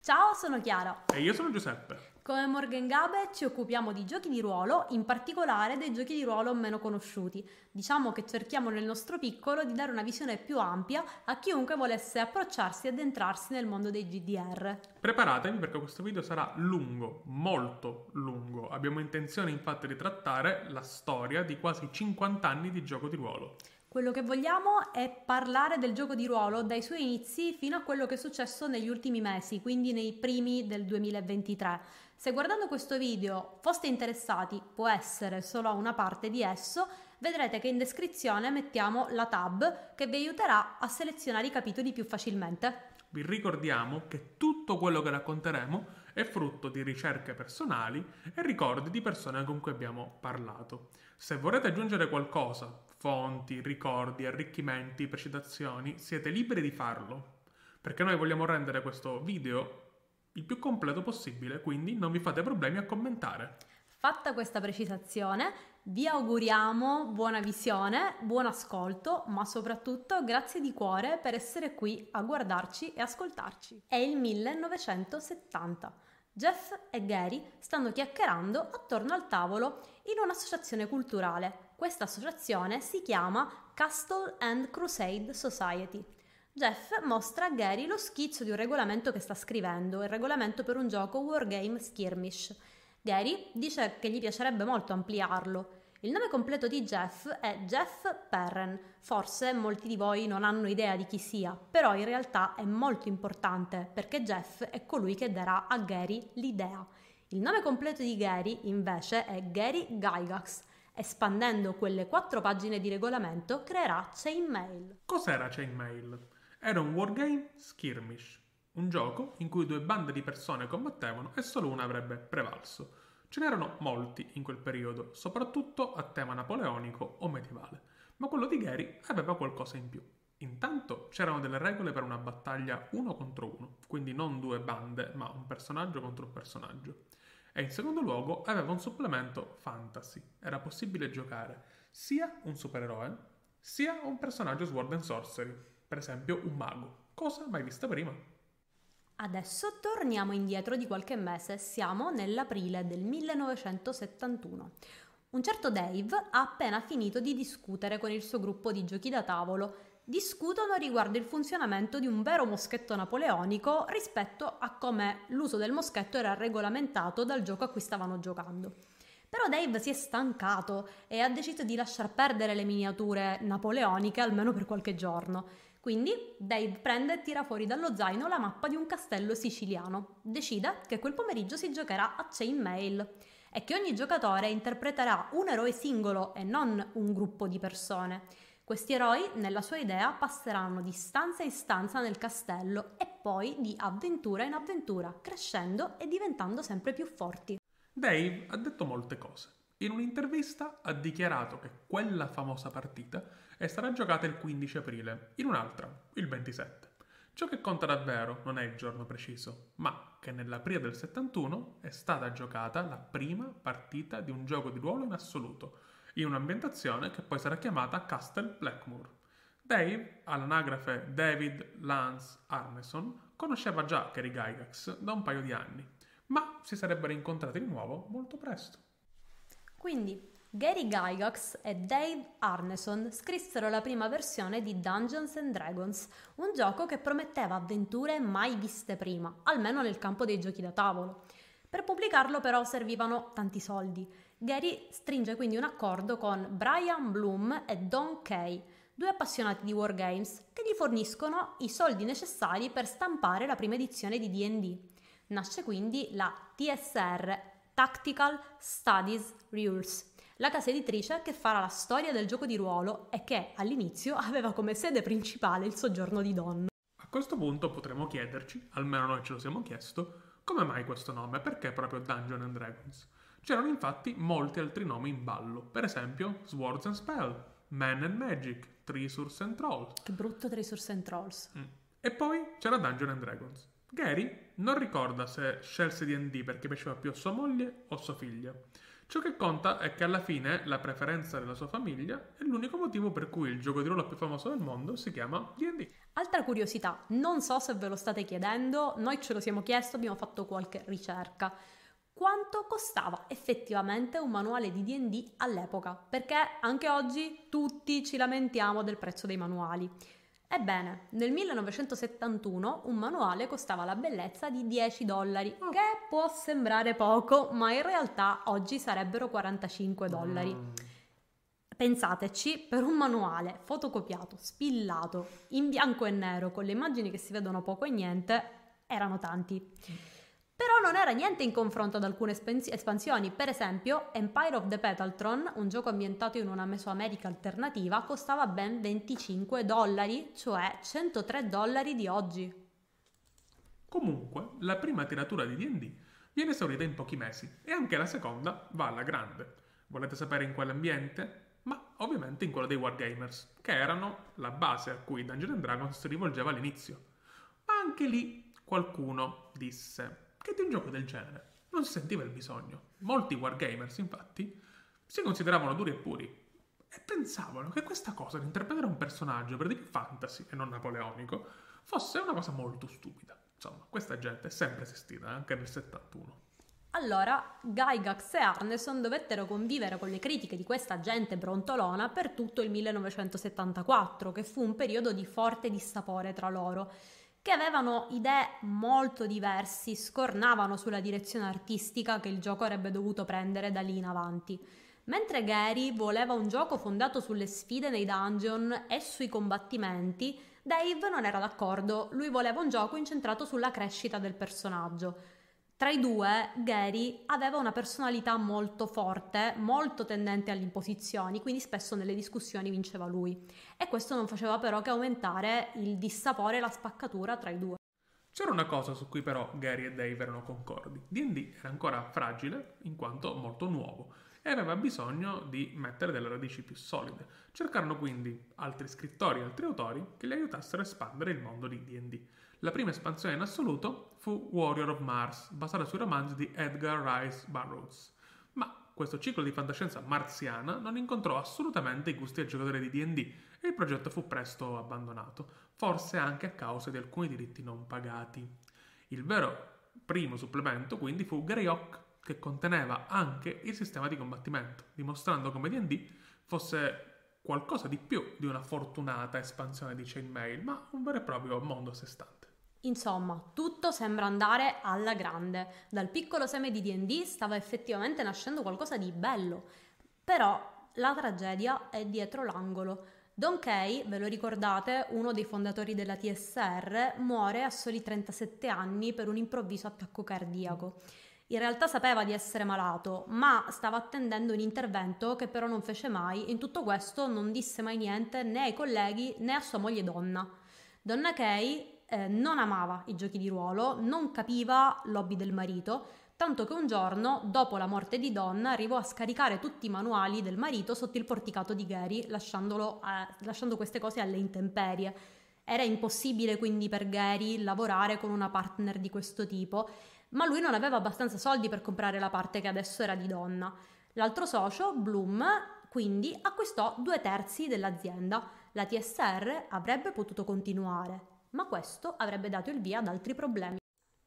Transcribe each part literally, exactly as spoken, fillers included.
Ciao, sono Chiara. E io sono Giuseppe. Come Morgan Gabe ci occupiamo di giochi di ruolo, in particolare dei giochi di ruolo meno conosciuti. Diciamo che cerchiamo nel nostro piccolo di dare una visione più ampia a chiunque volesse approcciarsi e addentrarsi nel mondo dei G D R. Preparatevi perché questo video sarà lungo, molto lungo. Abbiamo intenzione infatti di trattare la storia di quasi cinquanta anni di gioco di ruolo. Quello che vogliamo è parlare del gioco di ruolo dai suoi inizi fino a quello che è successo negli ultimi mesi, quindi nei primi del duemilaventitré. Se guardando questo video foste interessati, può essere solo a una parte di esso, vedrete che in descrizione mettiamo la tab che vi aiuterà a selezionare i capitoli più facilmente. Vi ricordiamo che tutto quello che racconteremo è frutto di ricerche personali e ricordi di persone con cui abbiamo parlato. Se vorrete aggiungere qualcosa, fonti, ricordi, arricchimenti, precisazioni, siete liberi di farlo, perché noi vogliamo rendere questo video il più completo possibile, quindi non vi fate problemi a commentare. Fatta questa precisazione, vi auguriamo buona visione, buon ascolto, ma soprattutto grazie di cuore per essere qui a guardarci e ascoltarci. È il millenovecentosettanta. Jeff e Gary stanno chiacchierando attorno al tavolo in un'associazione culturale. Questa associazione si chiama Castle and Crusade Society. Jeff mostra a Gary lo schizzo di un regolamento che sta scrivendo, il regolamento per un gioco Wargame Skirmish. Gary dice che gli piacerebbe molto ampliarlo. Il nome completo di Jeff è Jeff Perren. Forse molti di voi non hanno idea di chi sia, però in realtà è molto importante perché Jeff è colui che darà a Gary l'idea. Il nome completo di Gary invece è Gary Gygax. Espandendo quelle quattro pagine di regolamento creerà Chainmail. Cos'era Chainmail? Era un wargame skirmish, un gioco in cui due bande di persone combattevano e solo una avrebbe prevalso. Ce n'erano molti in quel periodo, soprattutto a tema napoleonico o medievale, ma quello di Gary aveva qualcosa in più. Intanto c'erano delle regole per una battaglia uno contro uno, quindi non due bande, ma un personaggio contro un personaggio. E in secondo luogo aveva un supplemento fantasy. Era possibile giocare sia un supereroe, sia un personaggio sword and sorcery, per esempio un mago, cosa mai vista prima. Adesso torniamo indietro di qualche mese, siamo nell'aprile del millenovecentosettantuno. Un certo Dave ha appena finito di discutere con il suo gruppo di giochi da tavolo. Discutono riguardo il funzionamento di un vero moschetto napoleonico rispetto a come l'uso del moschetto era regolamentato dal gioco a cui stavano giocando. Però Dave si è stancato e ha deciso di lasciar perdere le miniature napoleoniche almeno per qualche giorno. Quindi Dave prende e tira fuori dallo zaino la mappa di un castello siciliano. Decide che quel pomeriggio si giocherà a Chainmail e che ogni giocatore interpreterà un eroe singolo e non un gruppo di persone. Questi eroi, nella sua idea, passeranno di stanza in stanza nel castello e poi di avventura in avventura, crescendo e diventando sempre più forti. Dave ha detto molte cose. In un'intervista ha dichiarato che quella famosa partita è stata giocata il quindici aprile, in un'altra, il ventisette. Ciò che conta davvero non è il giorno preciso, ma che nell'aprile del settantuno è stata giocata la prima partita di un gioco di ruolo in assoluto, in un'ambientazione che poi sarà chiamata Castle Blackmoor. Dave, all'anagrafe David Lance Arneson, conosceva già Gary Gygax da un paio di anni, ma si sarebbero incontrati di nuovo molto presto. Quindi Gary Gygax e Dave Arneson scrissero la prima versione di Dungeons and Dragons, un gioco che prometteva avventure mai viste prima, almeno nel campo dei giochi da tavolo. Per pubblicarlo però servivano tanti soldi. Gary stringe quindi un accordo con Brian Bloom e Don Kay, due appassionati di wargames, che gli forniscono i soldi necessari per stampare la prima edizione di D and D. Nasce quindi la T S R, Tactical Studies Rules, la casa editrice che farà la storia del gioco di ruolo e che all'inizio aveva come sede principale il soggiorno di Don. A questo punto potremmo chiederci, almeno noi ce lo siamo chiesto, come mai questo nome? Perché proprio Dungeons and Dragons? C'erano infatti molti altri nomi in ballo, per esempio Swords and Spell, Man and Magic, Treasures and Trolls. Che brutto Treasures and Trolls. Mm. E poi c'era Dungeons and Dragons. Gary non ricorda se scelse D and D perché piaceva più a sua moglie o sua figlia. Ciò che conta è che alla fine la preferenza della sua famiglia è l'unico motivo per cui il gioco di ruolo più famoso del mondo si chiama D and D. Altra curiosità, non so se ve lo state chiedendo, noi ce lo siamo chiesto, abbiamo fatto qualche ricerca. Quanto costava effettivamente un manuale di D and D all'epoca? Perché anche oggi tutti ci lamentiamo del prezzo dei manuali. Ebbene, nel millenovecentosettantuno un manuale costava la bellezza di dieci dollari, Oh. che può sembrare poco, ma in realtà oggi sarebbero quarantacinque dollari. Mm. Pensateci, per un manuale fotocopiato, spillato, in bianco e nero, con le immagini che si vedono poco e niente, erano tanti. Però non era niente in confronto ad alcune espens- espansioni. Per esempio, Empire of the Petaltron, un gioco ambientato in una Mesoamerica alternativa, costava ben venticinque dollari, cioè centotré dollari di oggi. Comunque, la prima tiratura di D and D viene esaurita in pochi mesi e anche la seconda va alla grande. Volete sapere in quale ambiente? Ma ovviamente in quello dei Wargamers, che erano la base a cui Dungeons and Dragons si rivolgeva all'inizio. Ma anche lì qualcuno disse che di un gioco del genere non si sentiva il bisogno. Molti Wargamers, infatti, si consideravano duri e puri e pensavano che questa cosa di interpretare un personaggio per di più fantasy e non napoleonico fosse una cosa molto stupida. Insomma, questa gente è sempre esistita, anche nel settantuno. Allora, Gygax e Arneson dovettero convivere con le critiche di questa gente brontolona per tutto il millenovecentosettantaquattro, che fu un periodo di forte dissapore tra loro, che avevano idee molto diverse, scornavano sulla direzione artistica che il gioco avrebbe dovuto prendere da lì in avanti. Mentre Gary voleva un gioco fondato sulle sfide nei dungeon e sui combattimenti, Dave non era d'accordo, lui voleva un gioco incentrato sulla crescita del personaggio. Tra i due, Gary aveva una personalità molto forte, molto tendente alle imposizioni, quindi spesso nelle discussioni vinceva lui. E questo non faceva però che aumentare il dissapore e la spaccatura tra i due. C'era una cosa su cui però Gary e Dave erano concordi. D and D era ancora fragile, in quanto molto nuovo, e aveva bisogno di mettere delle radici più solide. Cercarono quindi altri scrittori e altri autori che li aiutassero a espandere il mondo di D and D. La prima espansione in assoluto fu Warrior of Mars, basata sui romanzi di Edgar Rice Burroughs. Ma questo ciclo di fantascienza marziana non incontrò assolutamente i gusti del giocatore di D and D e il progetto fu presto abbandonato, forse anche a causa di alcuni diritti non pagati. Il vero primo supplemento quindi fu Greyhawk, che conteneva anche il sistema di combattimento, dimostrando come D and D fosse qualcosa di più di una fortunata espansione di Chainmail, ma un vero e proprio mondo a sé stante. Insomma, tutto sembra andare alla grande. Dal piccolo seme di D and D stava effettivamente nascendo qualcosa di bello. Però la tragedia è dietro l'angolo. Don Kay, ve lo ricordate, uno dei fondatori della T S R, muore a soli trentasette anni per un improvviso attacco cardiaco. In realtà sapeva di essere malato, ma stava attendendo un intervento che però non fece mai. In tutto questo non disse mai niente né ai colleghi né a sua moglie Donna. Donna Kay eh, non amava i giochi di ruolo, non capiva l'hobby del marito, tanto che un giorno, dopo la morte di Donna, arrivò a scaricare tutti i manuali del marito sotto il porticato di Gary, lasciandolo, eh, lasciando queste cose alle intemperie. Era impossibile quindi per Gary lavorare con una partner di questo tipo, ma lui non aveva abbastanza soldi per comprare la parte che adesso era di Donna. L'altro socio, Bloom, quindi acquistò due terzi dell'azienda. La T S R avrebbe potuto continuare, ma questo avrebbe dato il via ad altri problemi.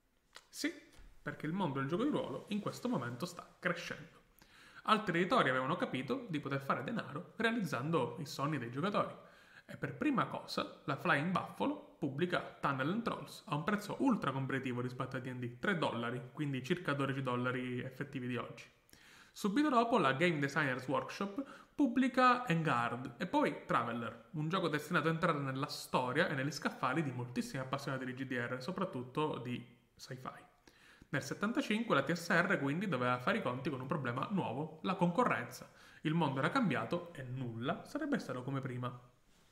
Sì, perché il mondo del gioco di ruolo in questo momento sta crescendo. Altri editori avevano capito di poter fare denaro realizzando i sogni dei giocatori. E per prima cosa la Flying Buffalo pubblica Tunnel and Trolls a un prezzo ultra competitivo rispetto a D and D, tre dollari, quindi circa dodici dollari effettivi di oggi. Subito dopo la Game Designers Workshop pubblica Engard e poi Traveller, un gioco destinato a entrare nella storia e negli scaffali di moltissimi appassionati di G D R, soprattutto di sci-fi. Nel settantacinque la T S R quindi doveva fare i conti con un problema nuovo, la concorrenza. Il mondo era cambiato e nulla sarebbe stato come prima.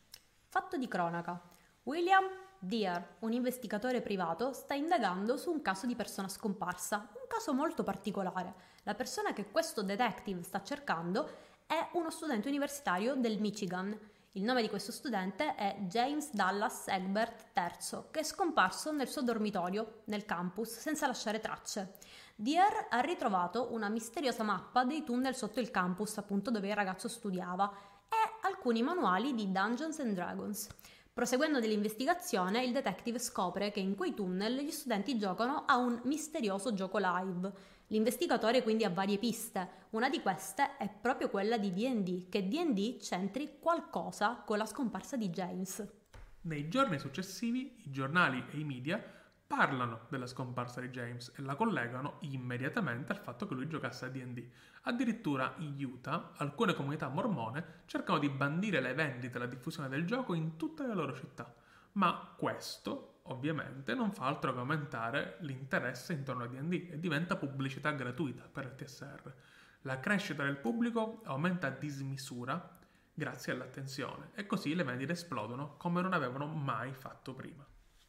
Fatto di cronaca. William Deere, un investigatore privato, sta indagando su un caso di persona scomparsa, un caso molto particolare. La persona che questo detective sta cercando è uno studente universitario del Michigan. Il nome di questo studente è James Dallas Egbert terzo, che è scomparso nel suo dormitorio, nel campus, senza lasciare tracce. Deere ha ritrovato una misteriosa mappa dei tunnel sotto il campus, appunto dove il ragazzo studiava, e alcuni manuali di Dungeons and Dragons. Proseguendo nell'investigazione, il detective scopre che in quei tunnel gli studenti giocano a un misterioso gioco live. L'investigatore quindi ha varie piste, una di queste è proprio quella di D and D, che D and D c'entri qualcosa con la scomparsa di James. Nei giorni successivi i giornali e i media parlano della scomparsa di James e la collegano immediatamente al fatto che lui giocasse a D and D. Addirittura in Utah alcune comunità mormone cercano di bandire le vendite e la diffusione del gioco in tutte le loro città, ma questo ovviamente non fa altro che aumentare l'interesse intorno a D and D e diventa pubblicità gratuita per il T S R. La crescita del pubblico aumenta a dismisura grazie all'attenzione e così le vendite esplodono come non avevano mai fatto prima.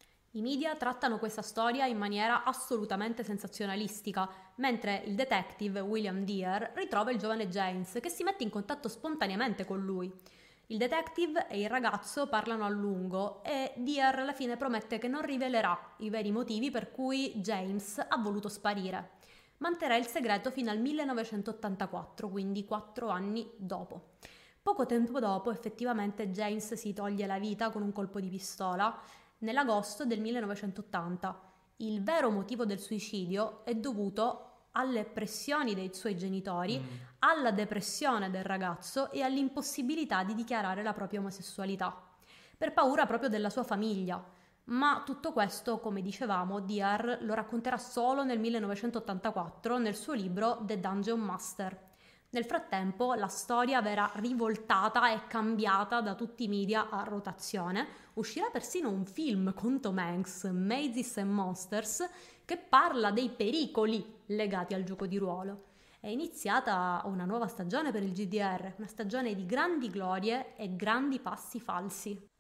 I media trattano questa storia in maniera assolutamente sensazionalistica, mentre il detective William Deere ritrova il giovane James, che si mette in contatto spontaneamente con lui. Il detective e il ragazzo parlano a lungo e Deere alla fine promette che non rivelerà i veri motivi per cui James ha voluto sparire. Manterrà il segreto fino al millenovecentottantaquattro, quindi quattro anni dopo. Poco tempo dopo, effettivamente, James si toglie la vita con un colpo di pistola nell'agosto del millenovecentottanta. Il vero motivo del suicidio è dovuto alle pressioni dei suoi genitori, mm. alla depressione del ragazzo e all'impossibilità di dichiarare la propria omosessualità, per paura proprio della sua famiglia. Ma tutto questo, come dicevamo, Deere lo racconterà solo nel millenovecentottantaquattro nel suo libro The Dungeon Master. Nel frattempo la storia verrà rivoltata e cambiata da tutti i media a rotazione. Uscirà persino un film con Tom Hanks, Mazes and Monsters, che parla dei pericoli legati al gioco di ruolo. È iniziata una nuova stagione per il G D R, una stagione di grandi glorie e grandi passi falsi.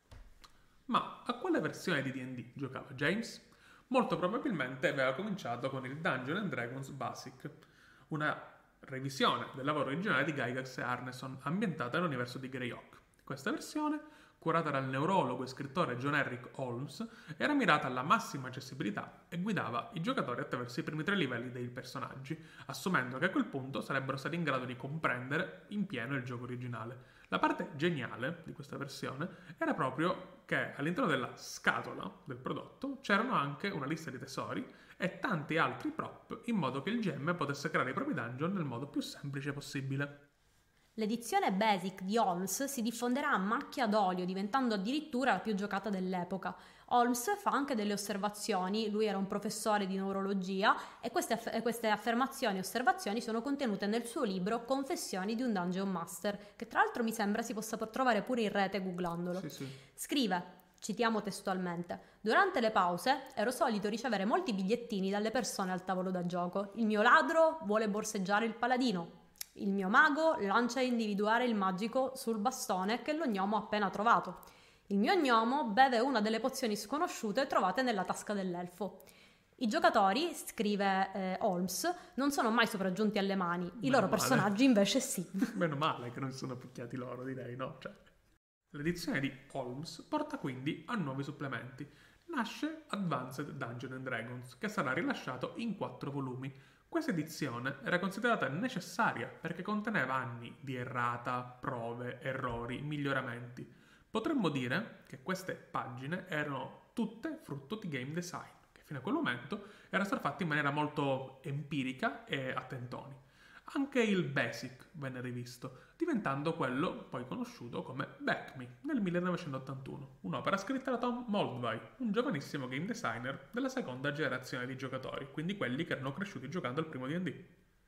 Ma a quale versione di D and D giocava James? Molto probabilmente aveva cominciato con il Dungeons and Dragons Basic, una revisione del lavoro originale di Gygax e Arneson, ambientata nell'universo di Greyhawk. Questa versione, curata dal neurologo e scrittore John Henrik Holmes, era mirata alla massima accessibilità e guidava i giocatori attraverso i primi tre livelli dei personaggi, assumendo che a quel punto sarebbero stati in grado di comprendere in pieno il gioco originale. La parte geniale di questa versione era proprio che all'interno della scatola del prodotto c'erano anche una lista di tesori e tanti altri prop in modo che il G M potesse creare i propri dungeon nel modo più semplice possibile. L'edizione Basic di Holmes si diffonderà a macchia d'olio, diventando addirittura la più giocata dell'epoca. Holmes fa anche delle osservazioni, lui era un professore di neurologia e queste, aff- queste affermazioni e osservazioni sono contenute nel suo libro Confessioni di un Dungeon Master, che tra l'altro mi sembra si possa trovare pure in rete googlandolo. Sì, sì. Scrive, citiamo testualmente: durante le pause ero solito ricevere molti bigliettini dalle persone al tavolo da gioco. Il mio ladro vuole borseggiare il paladino. Il mio mago lancia a individuare il magico sul bastone che lo gnomo ha appena trovato. Il mio gnomo beve una delle pozioni sconosciute trovate nella tasca dell'elfo. I giocatori, scrive eh, Holmes, non sono mai sopraggiunti alle mani, i Meno loro male. personaggi invece sì. Meno male che non si sono picchiati loro, direi, no? Cioè, l'edizione di Holmes porta quindi a nuovi supplementi. Nasce Advanced Dungeons and Dragons, che sarà rilasciato in quattro volumi. Questa edizione era considerata necessaria perché conteneva anni di errata, prove, errori, miglioramenti. Potremmo dire che queste pagine erano tutte frutto di game design, che fino a quel momento era stato fatto in maniera molto empirica e a tentoni. Anche il Basic venne rivisto, diventando quello poi conosciuto come Back Me nel millenovecentottantuno, un'opera scritta da Tom Moldvay, un giovanissimo game designer della seconda generazione di giocatori, quindi quelli che erano cresciuti giocando al primo D and D.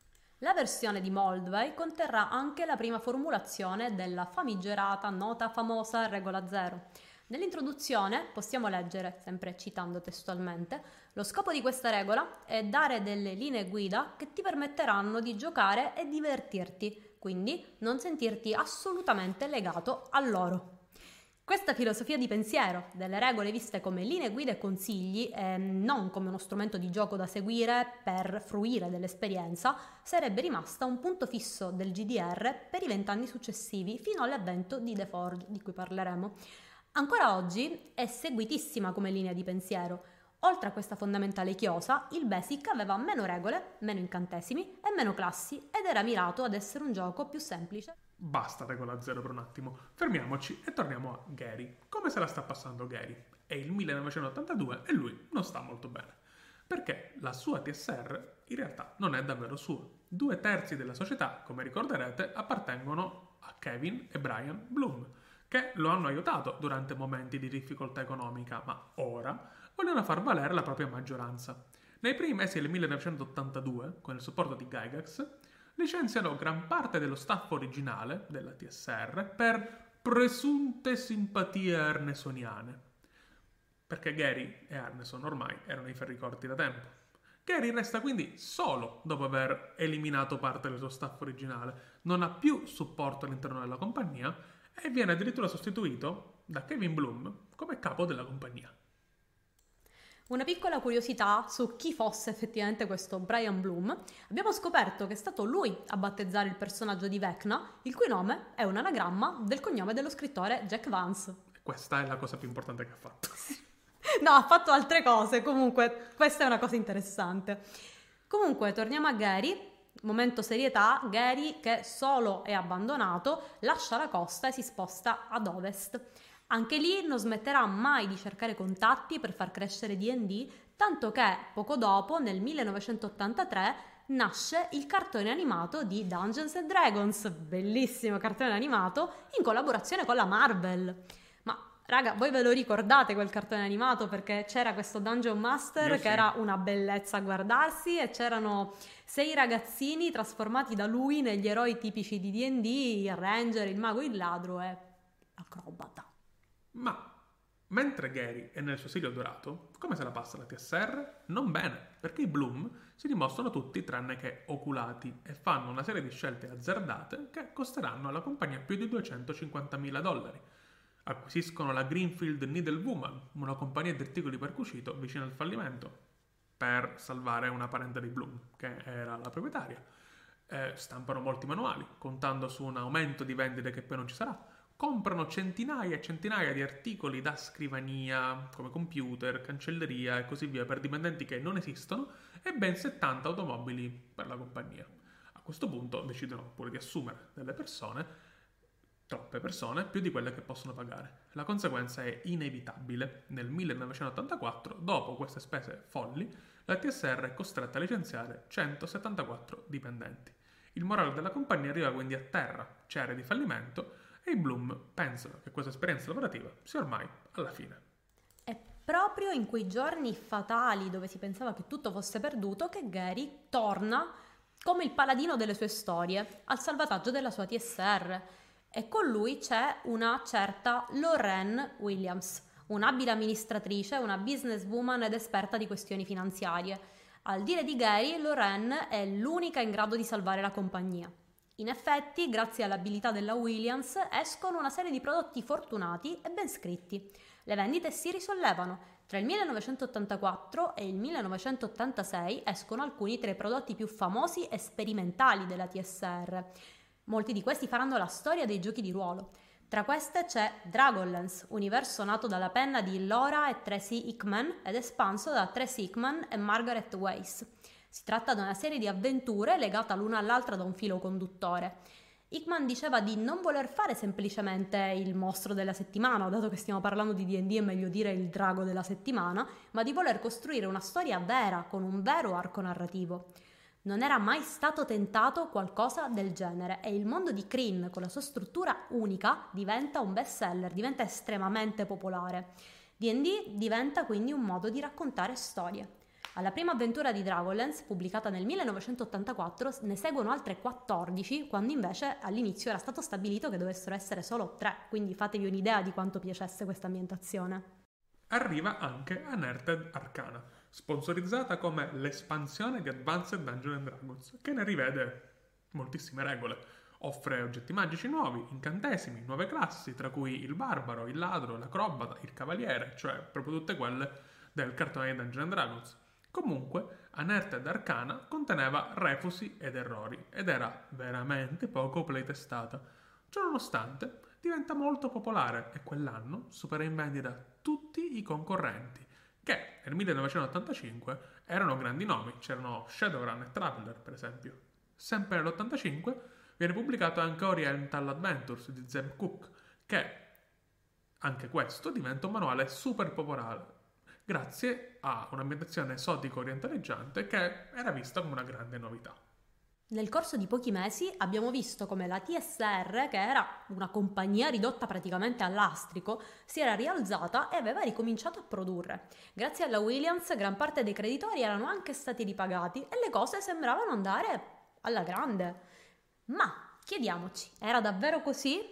La versione di Moldvay conterrà anche la prima formulazione della famigerata nota famosa regola zero. Nell'introduzione possiamo leggere, sempre citando testualmente, lo scopo di questa regola è dare delle linee guida che ti permetteranno di giocare e divertirti, quindi non sentirti assolutamente legato a loro. Questa filosofia di pensiero, delle regole viste come linee guida e consigli e non come uno strumento di gioco da seguire per fruire dell'esperienza, sarebbe rimasta un punto fisso del G D R per i vent'anni successivi fino all'avvento di The Forge, di cui parleremo. Ancora oggi è seguitissima come linea di pensiero. Oltre a questa fondamentale chiosa, il Basic aveva meno regole, meno incantesimi e meno classi ed era mirato ad essere un gioco più semplice. Basta regola zero per un attimo, fermiamoci e torniamo a Gary. Come se la sta passando Gary? È il millenovecentottantadue e lui non sta molto bene, perché la sua T S R in realtà non è davvero sua. Due terzi della società, come ricorderete, appartengono a Kevin e Brian Bloom, che lo hanno aiutato durante momenti di difficoltà economica, ma ora vogliono far valere la propria maggioranza. Nei primi mesi del millenovecentottantadue, con il supporto di Gygax, licenziano gran parte dello staff originale della T S R per presunte simpatie arnesoniane. Perché Gary e Arneson ormai erano i ferri corti da tempo. Gary resta quindi solo dopo aver eliminato parte del suo staff originale, non ha più supporto all'interno della compagnia e viene addirittura sostituito da Kevin Bloom come capo della compagnia. Una piccola curiosità su chi fosse effettivamente questo Brian Bloom. Abbiamo scoperto che è stato lui a battezzare il personaggio di Vecna, il cui nome è un anagramma del cognome dello scrittore Jack Vance. Questa è la cosa più importante che ha fatto. No, ha fatto altre cose, comunque questa è una cosa interessante. Comunque, torniamo a Gary. Momento serietà, Gary, che solo è abbandonato, lascia la costa e si sposta ad ovest. Anche lì non smetterà mai di cercare contatti per far crescere D and D, tanto che poco dopo, nel millenovecentottantatré, nasce il cartone animato di Dungeons and Dragons, bellissimo cartone animato, in collaborazione con la Marvel. Ma raga, voi ve lo ricordate quel cartone animato? Perché c'era questo Dungeon Master Io che sì. era una bellezza a guardarsi e c'erano sei ragazzini trasformati da lui negli eroi tipici di D and D, il Ranger, il Mago, il Ladro e l'acrobata. Ma mentre Gary è nel suo esilio dorato, come se la passa la T S R? Non bene, perché i Bloom si dimostrano tutti tranne che oculati e fanno una serie di scelte azzardate che costeranno alla compagnia più di duecentocinquantamila dollari. Acquisiscono la Greenfield Needlewoman, una compagnia di articoli per cucito vicino al fallimento, per salvare una parente dei Bloom, che era la proprietaria. Eh, stampano molti manuali, contando su un aumento di vendite che poi non ci sarà. Comprano centinaia e centinaia di articoli da scrivania, come computer, cancelleria e così via, per dipendenti che non esistono, e ben settanta automobili per la compagnia. A questo punto decidono pure di assumere delle persone, troppe persone, più di quelle che possono pagare. La conseguenza è inevitabile. Nel millenovecentottantaquattro, dopo queste spese folli, la T S R è costretta a licenziare centosettantaquattro dipendenti. Il morale della compagnia arriva quindi a terra, c'è area di fallimento, e i Bloom pensano che questa esperienza lavorativa sia ormai alla fine. È proprio in quei giorni fatali dove si pensava che tutto fosse perduto che Gary torna come il paladino delle sue storie al salvataggio della sua T S R e con lui c'è una certa Lorraine Williams, un'abile amministratrice, una businesswoman ed esperta di questioni finanziarie. Al dire di Gary, Lorraine è l'unica in grado di salvare la compagnia. In effetti, grazie all'abilità della Williams, escono una serie di prodotti fortunati e ben scritti. Le vendite si risollevano. Tra il millenovecentottantaquattro e il millenovecentottantasei escono alcuni tra i prodotti più famosi e sperimentali della T S R. Molti di questi faranno la storia dei giochi di ruolo. Tra queste c'è Dragonlance, universo nato dalla penna di Laura e Tracy Hickman ed espanso da Tracy Hickman e Margaret Weiss. Si tratta di una serie di avventure legata l'una all'altra da un filo conduttore. Hickman diceva di non voler fare semplicemente il mostro della settimana, dato che stiamo parlando di D and D è meglio dire il drago della settimana, ma di voler costruire una storia vera, con un vero arco narrativo. Non era mai stato tentato qualcosa del genere e il mondo di Krynn, con la sua struttura unica, diventa un bestseller, diventa estremamente popolare. D and D diventa quindi un modo di raccontare storie. Alla prima avventura di Dragonlance, pubblicata nel millenovecentottantaquattro, ne seguono altre quattordici, quando invece all'inizio era stato stabilito che dovessero essere solo tre, quindi fatevi un'idea di quanto piacesse questa ambientazione. Arriva anche Unearthed Arcana, sponsorizzata come l'espansione di Advanced Dungeons and Dragons, che ne rivede moltissime regole. Offre oggetti magici nuovi, incantesimi, nuove classi, tra cui il barbaro, il ladro, l'acrobata, il cavaliere, cioè proprio tutte quelle del cartone di Dungeons and Dragons. Comunque, Unearthed Arcana conteneva refusi ed errori ed era veramente poco playtestata. Ciononostante, diventa molto popolare e quell'anno supera in vendita tutti i concorrenti, che nel millenovecentottantacinque erano grandi nomi, c'erano Shadowrun e Traveller per esempio. Sempre nell'ottantacinque viene pubblicato anche Oriental Adventures di Zeb Cook, che anche questo diventa un manuale super popolare, grazie a un'ambientazione esotico orientaleggiante che era vista come una grande novità. Nel corso di pochi mesi abbiamo visto come la T S R, che era una compagnia ridotta praticamente al lastrico, si era rialzata e aveva ricominciato a produrre. Grazie alla Williams, gran parte dei creditori erano anche stati ripagati e le cose sembravano andare alla grande. Ma chiediamoci, era davvero così?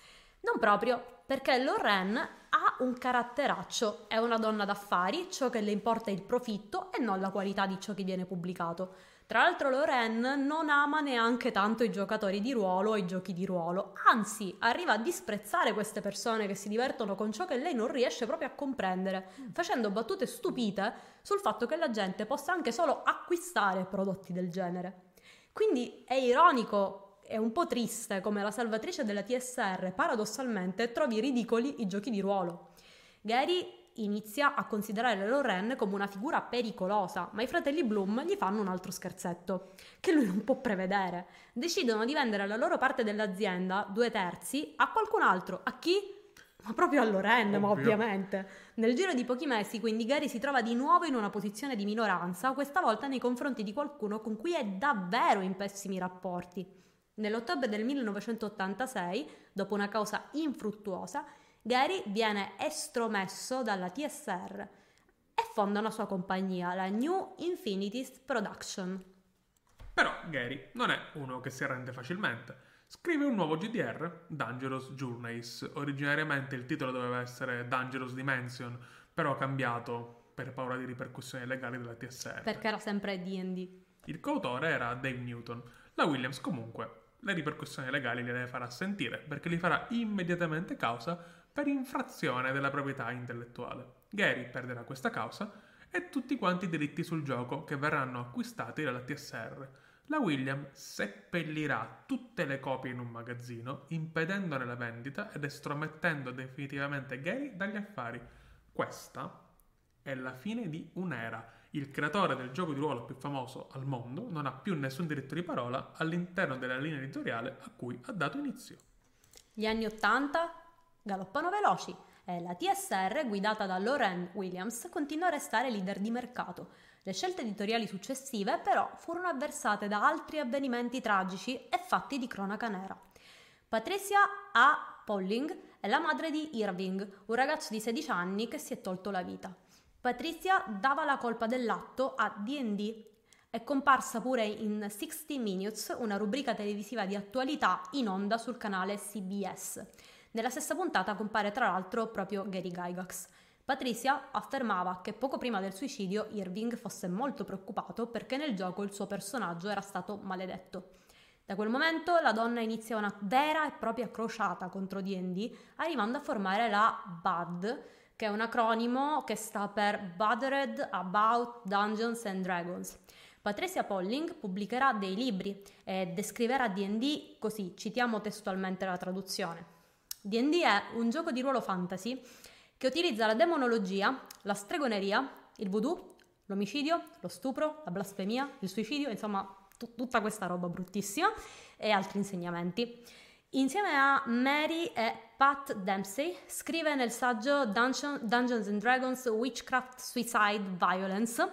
Non proprio, perché Lorraine ha un caratteraccio, è una donna d'affari, ciò che le importa è il profitto e non la qualità di ciò che viene pubblicato. Tra l'altro Lorraine non ama neanche tanto i giocatori di ruolo o i giochi di ruolo, anzi arriva a disprezzare queste persone che si divertono con ciò che lei non riesce proprio a comprendere, facendo battute stupide sul fatto che la gente possa anche solo acquistare prodotti del genere. Quindi è ironico e un po' triste come la salvatrice della T S R paradossalmente trovi ridicoli i giochi di ruolo. Gary inizia a considerare Lorraine come una figura pericolosa, ma i fratelli Bloom gli fanno un altro scherzetto, che lui non può prevedere. Decidono di vendere la loro parte dell'azienda, due terzi, a qualcun altro. A chi? Ma proprio a Lorraine, Ovvio. ma ovviamente. Nel giro di pochi mesi, quindi, Gary si trova di nuovo in una posizione di minoranza, questa volta nei confronti di qualcuno con cui è davvero in pessimi rapporti. Nell'ottobre del millenovecentottantasei, dopo una causa infruttuosa, Gary viene estromesso dalla T S R e fonda una sua compagnia, la New Infinities Production. Però Gary non è uno che si arrende facilmente. Scrive un nuovo G D R, Dangerous Journeys. Originariamente il titolo doveva essere Dangerous Dimension, però cambiato per paura di ripercussioni legali della T S R. Perché era sempre D and D. Il coautore era Dave Newton. La Williams comunque le ripercussioni legali gliele farà sentire perché gli farà immediatamente causa per infrazione della proprietà intellettuale. Gary perderà questa causa e tutti quanti i diritti sul gioco che verranno acquistati dalla T S R. La Williams seppellirà tutte le copie in un magazzino, impedendone la vendita ed estromettendo definitivamente Gary dagli affari. Questa è la fine di un'era. Il creatore del gioco di ruolo più famoso al mondo non ha più nessun diritto di parola all'interno della linea editoriale a cui ha dato inizio. Gli anni Ottanta galoppano veloci e la T S R, guidata da Lorraine Williams, continua a restare leader di mercato. Le scelte editoriali successive, però, furono avversate da altri avvenimenti tragici e fatti di cronaca nera. Patricia A. Polling è la madre di Irving, un ragazzo di sedici anni che si è tolto la vita. Patricia dava la colpa dell'atto a D and D. È comparsa pure in sessanta Minutes, una rubrica televisiva di attualità in onda sul canale C B S. Nella stessa puntata compare tra l'altro proprio Gary Gygax. Patricia affermava che poco prima del suicidio Irving fosse molto preoccupato perché nel gioco il suo personaggio era stato maledetto. Da quel momento la donna inizia una vera e propria crociata contro D and D, arrivando a formare la B A D, che è un acronimo che sta per Bothered About Dungeons and Dragons. Patricia Polling pubblicherà dei libri e descriverà D and D così, citiamo testualmente la traduzione. D and D è un gioco di ruolo fantasy che utilizza la demonologia, la stregoneria, il voodoo, l'omicidio, lo stupro, la blasfemia, il suicidio, insomma t- tutta questa roba bruttissima e altri insegnamenti. Insieme a Mary e Pat Dempsey scrive nel saggio Dungeon, Dungeons and Dragons Witchcraft, Suicide, Violence: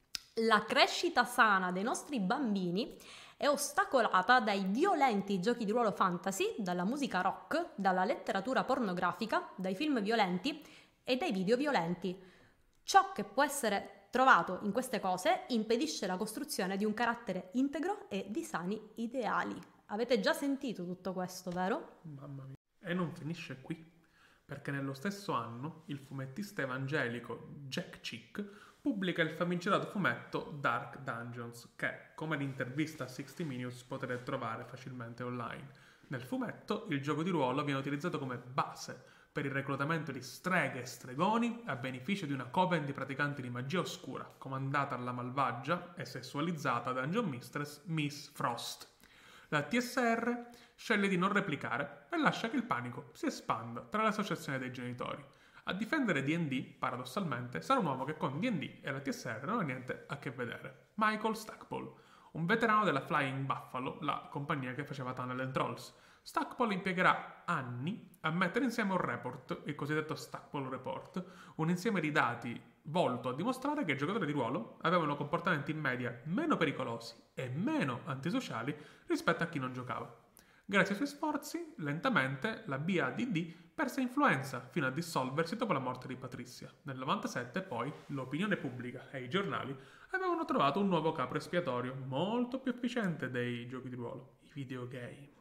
la crescita sana dei nostri bambini è ostacolata dai violenti giochi di ruolo fantasy, dalla musica rock, dalla letteratura pornografica, dai film violenti e dai video violenti. Ciò che può essere trovato in queste cose impedisce la costruzione di un carattere integro e di sani ideali. Avete già sentito tutto questo, vero? Mamma mia. E non finisce qui, perché nello stesso anno il fumettista evangelico Jack Chick pubblica il famigerato fumetto Dark Dungeons, che, come l'intervista a sessanta Minutes, potete trovare facilmente online. Nel fumetto, il gioco di ruolo viene utilizzato come base per il reclutamento di streghe e stregoni a beneficio di una coven di praticanti di magia oscura, comandata dalla malvagia e sessualizzata Dungeon Mistress Miss Frost. La T S R sceglie di non replicare e lascia che il panico si espanda tra l'associazione dei genitori. A difendere D and D, paradossalmente, sarà un uomo che con D and D e la T S R non ha niente a che vedere. Michael Stackpole, un veterano della Flying Buffalo, la compagnia che faceva Tunnel and Trolls. Stackpole impiegherà anni a mettere insieme un report, il cosiddetto Stackpole Report, un insieme di dati volto a dimostrare che i giocatori di ruolo avevano comportamenti in media meno pericolosi e meno antisociali rispetto a chi non giocava. Grazie ai suoi sforzi, lentamente, la B A D D perse influenza fino a dissolversi dopo la morte di Patricia. Nel novantasette, poi, l'opinione pubblica e i giornali avevano trovato un nuovo capro espiatorio molto più efficiente dei giochi di ruolo, i videogame.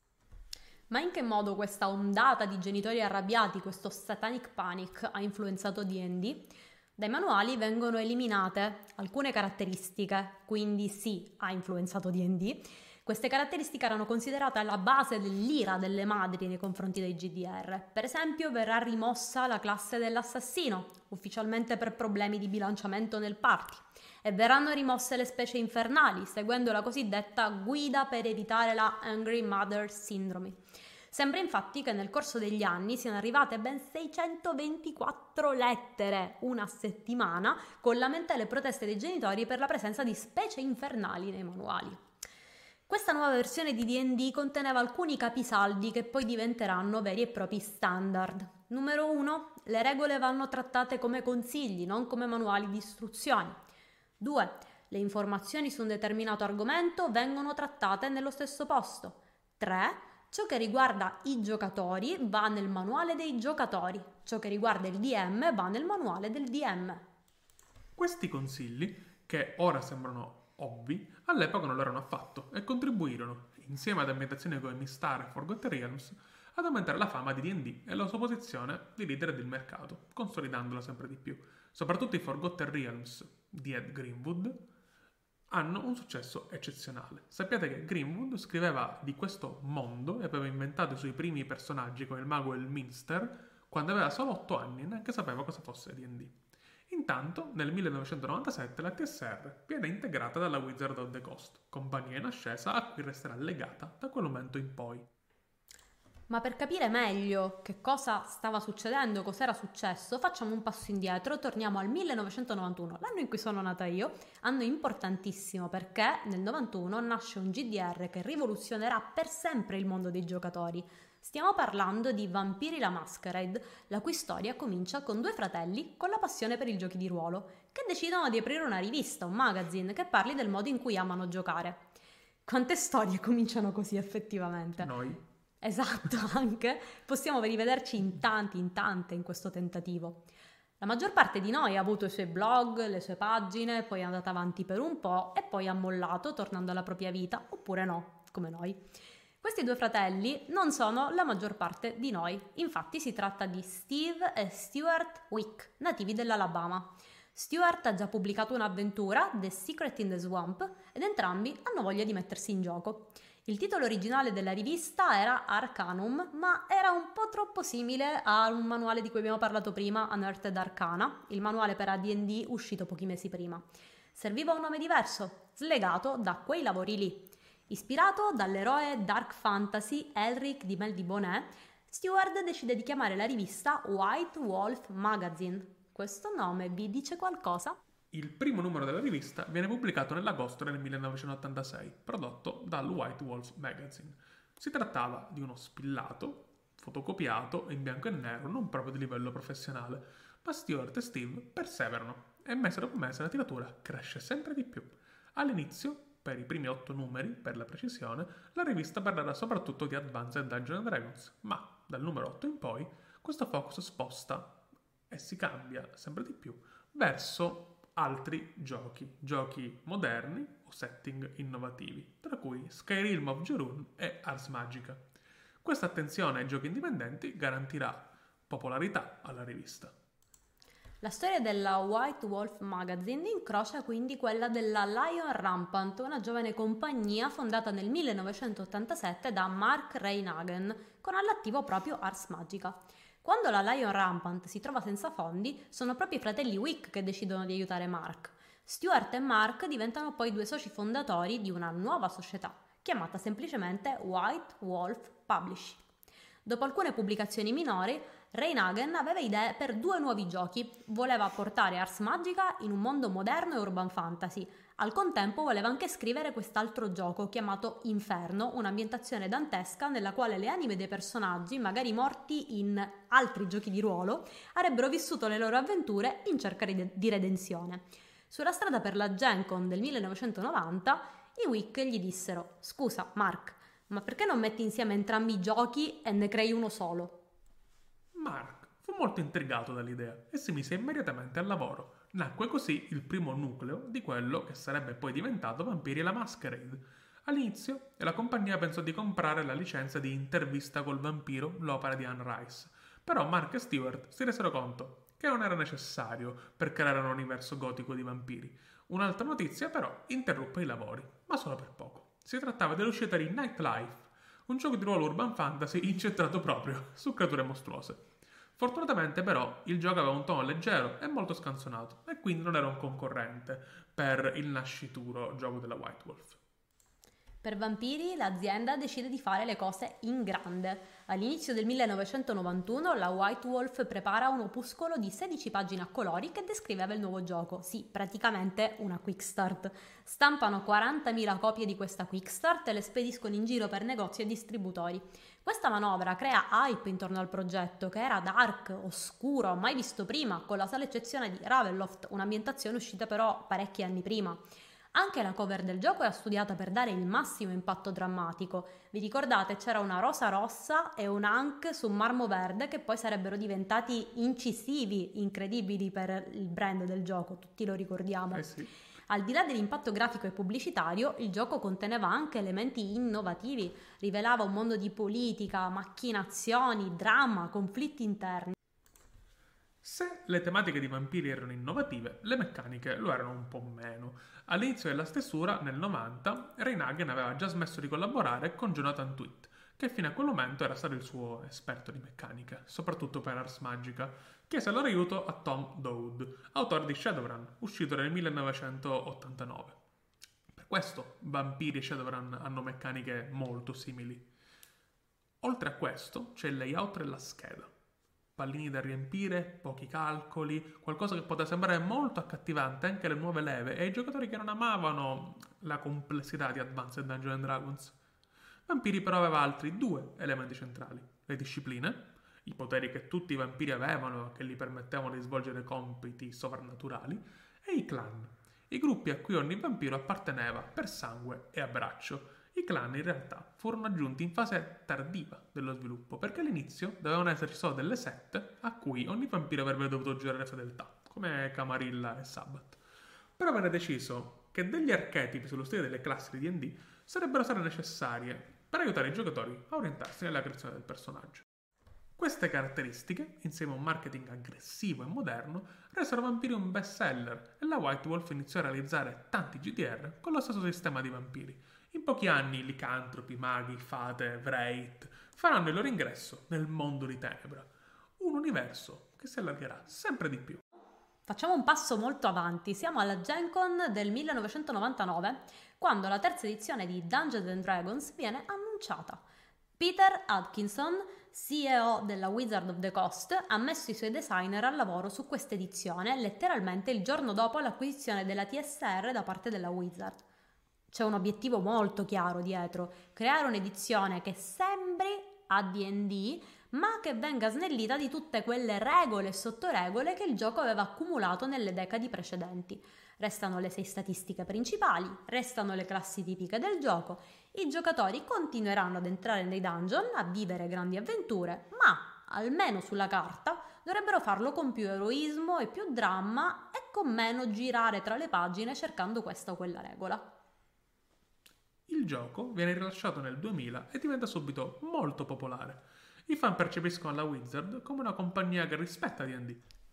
Ma in che modo questa ondata di genitori arrabbiati, questo satanic panic, ha influenzato D and D? Dai manuali vengono eliminate alcune caratteristiche, quindi sì, ha influenzato D and D. Queste caratteristiche erano considerate alla base dell'ira delle madri nei confronti dei G D R. Per esempio, verrà rimossa la classe dell'assassino, ufficialmente per problemi di bilanciamento nel party, e verranno rimosse le specie infernali, seguendo la cosiddetta guida per evitare la Angry Mother Syndrome. Sembra infatti che nel corso degli anni siano arrivate ben seicentoventiquattro lettere, una settimana, con lamentele proteste dei genitori per la presenza di specie infernali nei manuali. Questa nuova versione di D and D conteneva alcuni capisaldi che poi diventeranno veri e propri standard. Numero uno. Le regole vanno trattate come consigli, non come manuali di istruzioni. due. Le informazioni su un determinato argomento vengono trattate nello stesso posto. tre. Ciò che riguarda i giocatori va nel manuale dei giocatori. Ciò che riguarda il D M va nel manuale del D M. Questi consigli, che ora sembrano ovvi, all'epoca non lo erano affatto e contribuirono, insieme ad ambientazioni come Mistar e Forgotten Realms, ad aumentare la fama di D and D e la sua posizione di leader del mercato, consolidandola sempre di più. Soprattutto i Forgotten Realms di Ed Greenwood hanno un successo eccezionale. Sappiate che Greenwood scriveva di questo mondo e aveva inventato i suoi primi personaggi come il mago Elminster quando aveva solo otto anni e neanche sapeva cosa fosse D and D. Intanto, nel millenovecentonovantasette la T S R viene integrata dalla Wizard of the Coast, compagnia in ascesa a cui resterà legata da quel momento in poi. Ma per capire meglio che cosa stava succedendo, cos'era successo, facciamo un passo indietro, torniamo al millenovecentonovantuno, l'anno in cui sono nata io, anno importantissimo perché nel novantuno nasce un G D R che rivoluzionerà per sempre il mondo dei giocatori. Stiamo parlando di Vampiri la Masquerade, la cui storia comincia con due fratelli con la passione per i giochi di ruolo, che decidono di aprire una rivista, un magazine, che parli del modo in cui amano giocare. Quante storie cominciano così effettivamente? Noi. Esatto, anche. Possiamo rivederci in tanti, in tante in questo tentativo. La maggior parte di noi ha avuto i suoi blog, le sue pagine, poi è andata avanti per un po' e poi ha mollato tornando alla propria vita, oppure no, come noi. Questi due fratelli non sono la maggior parte di noi, infatti si tratta di Steve e Stuart Wick, nativi dell'Alabama. Stuart ha già pubblicato un'avventura, The Secret in the Swamp, ed entrambi hanno voglia di mettersi in gioco. Il titolo originale della rivista era Arcanum, ma era un po' troppo simile a un manuale di cui abbiamo parlato prima, Unearthed Arcana, il manuale per A D and D uscito pochi mesi prima. Serviva un nome diverso, slegato da quei lavori lì. Ispirato dall'eroe dark fantasy Elric di Mel di Bonnet, Stewart decide di chiamare la rivista White Wolf Magazine. Questo nome vi dice qualcosa? Il primo numero della rivista viene pubblicato nell'agosto del millenovecentottantasei, prodotto dal White Wolf Magazine. Si trattava di uno spillato, fotocopiato in bianco e nero, non proprio di livello professionale, ma Stuart e Steve perseverano e mese dopo mese la tiratura cresce sempre di più. All'inizio, per i primi otto numeri, per la precisione, la rivista parlerà soprattutto di Advanced Dungeons and Dragons, ma dal numero otto in poi questo focus sposta e si cambia sempre di più verso altri giochi, giochi moderni o setting innovativi, tra cui Skyrim of Jorun e Ars Magica. Questa attenzione ai giochi indipendenti garantirà popolarità alla rivista. La storia della White Wolf Magazine incrocia quindi quella della Lion Rampant, una giovane compagnia fondata nel millenovecentottantasette da Mark Rein-Hagen, con all'attivo proprio Ars Magica. Quando la Lion Rampant si trova senza fondi, sono proprio i fratelli Wick che decidono di aiutare Mark. Stuart e Mark diventano poi due soci fondatori di una nuova società, chiamata semplicemente White Wolf Publishing. Dopo alcune pubblicazioni minori, Rein-Hagen aveva idee per due nuovi giochi. Voleva portare Ars Magica in un mondo moderno e urban fantasy. Al contempo voleva anche scrivere quest'altro gioco chiamato Inferno, un'ambientazione dantesca nella quale le anime dei personaggi, magari morti in altri giochi di ruolo, avrebbero vissuto le loro avventure in cerca di redenzione. Sulla strada per la Gen Con del millenovecentonovanta, i Wick gli dissero: «Scusa, Mark, ma perché non metti insieme entrambi i giochi e ne crei uno solo?» Mark fu molto intrigato dall'idea e si mise immediatamente al lavoro. Nacque così il primo nucleo di quello che sarebbe poi diventato Vampiri la Masquerade. All'inizio la compagnia pensò di comprare la licenza di Intervista col vampiro, l'opera di Anne Rice, però Mark e Stewart si resero conto che non era necessario per creare un universo gotico di vampiri. Un'altra notizia però interruppe i lavori, ma solo per poco. Si trattava dell'uscita di Nightlife, un gioco di ruolo urban fantasy incentrato proprio su creature mostruose. Fortunatamente però il gioco aveva un tono leggero e molto scanzonato e quindi non era un concorrente per il nascituro gioco della White Wolf. Per Vampiri l'azienda decide di fare le cose in grande. All'inizio del millenovecentonovantuno la White Wolf prepara un opuscolo di sedici pagine a colori che descriveva il nuovo gioco. Sì, praticamente una quick start. Stampano quarantamila copie di questa quick start e le spediscono in giro per negozi e distributori. Questa manovra crea hype intorno al progetto, che era dark, oscuro, mai visto prima, con la sola eccezione di Ravenloft, un'ambientazione uscita però parecchi anni prima. Anche la cover del gioco era studiata per dare il massimo impatto drammatico. Vi ricordate? C'era una rosa rossa e un Ankh su marmo verde che poi sarebbero diventati incisivi, incredibili per il brand del gioco, tutti lo ricordiamo. Eh sì. Al di là dell'impatto grafico e pubblicitario, il gioco conteneva anche elementi innovativi, rivelava un mondo di politica, macchinazioni, dramma, conflitti interni. Se le tematiche di vampiri erano innovative, le meccaniche lo erano un po' meno. All'inizio della stesura, nel novanta, Rein-Hagen aveva già smesso di collaborare con Jonathan Tweet, che fino a quel momento era stato il suo esperto di meccanica, soprattutto per Ars Magica. Chiese allora aiuto a Tom Dowd, autore di Shadowrun, uscito nel millenovecentottantanove. Per questo Vampiri e Shadowrun hanno meccaniche molto simili. Oltre a questo c'è il layout della scheda. Pallini da riempire, pochi calcoli, qualcosa che poteva sembrare molto accattivante anche alle nuove leve e ai giocatori che non amavano la complessità di Advanced Dungeons and Dragons. Vampiri però aveva altri due elementi centrali: le discipline, i poteri che tutti i vampiri avevano che gli permettevano di svolgere compiti sovrannaturali, e i clan, i gruppi a cui ogni vampiro apparteneva per sangue e abbraccio. I clan in realtà furono aggiunti in fase tardiva dello sviluppo, perché all'inizio dovevano esserci solo delle sette a cui ogni vampiro avrebbe dovuto giurare fedeltà, come Camarilla e Sabbath. Però venne deciso che degli archetipi sullo stile delle classi di D and D sarebbero state necessarie per aiutare i giocatori a orientarsi nella creazione del personaggio. Queste caratteristiche, insieme a un marketing aggressivo e moderno, resero Vampiri un bestseller e la White Wolf iniziò a realizzare tanti G D R con lo stesso sistema di vampiri. In pochi anni licantropi, maghi, fate, wraith faranno il loro ingresso nel mondo di Tenebra, un universo che si allargherà sempre di più. Facciamo un passo molto avanti, siamo alla Gen Con del millenovecentonovantanove, quando la terza edizione di Dungeons and Dragons viene annunciata. Peter Atkinson, C E O della Wizard of the Coast, ha messo i suoi designer al lavoro su questa edizione letteralmente il giorno dopo l'acquisizione della T S R da parte della Wizard. C'è un obiettivo molto chiaro dietro: creare un'edizione che sembri a D and D, ma che venga snellita di tutte quelle regole e sottoregole che il gioco aveva accumulato nelle decadi precedenti. Restano le sei statistiche principali, restano le classi tipiche del gioco, i giocatori continueranno ad entrare nei dungeon, a vivere grandi avventure, ma, almeno sulla carta, dovrebbero farlo con più eroismo e più dramma e con meno girare tra le pagine cercando questa o quella regola. Il gioco viene rilasciato nel duemila e diventa subito molto popolare. I fan percepiscono la Wizard come una compagnia che rispetta D and D.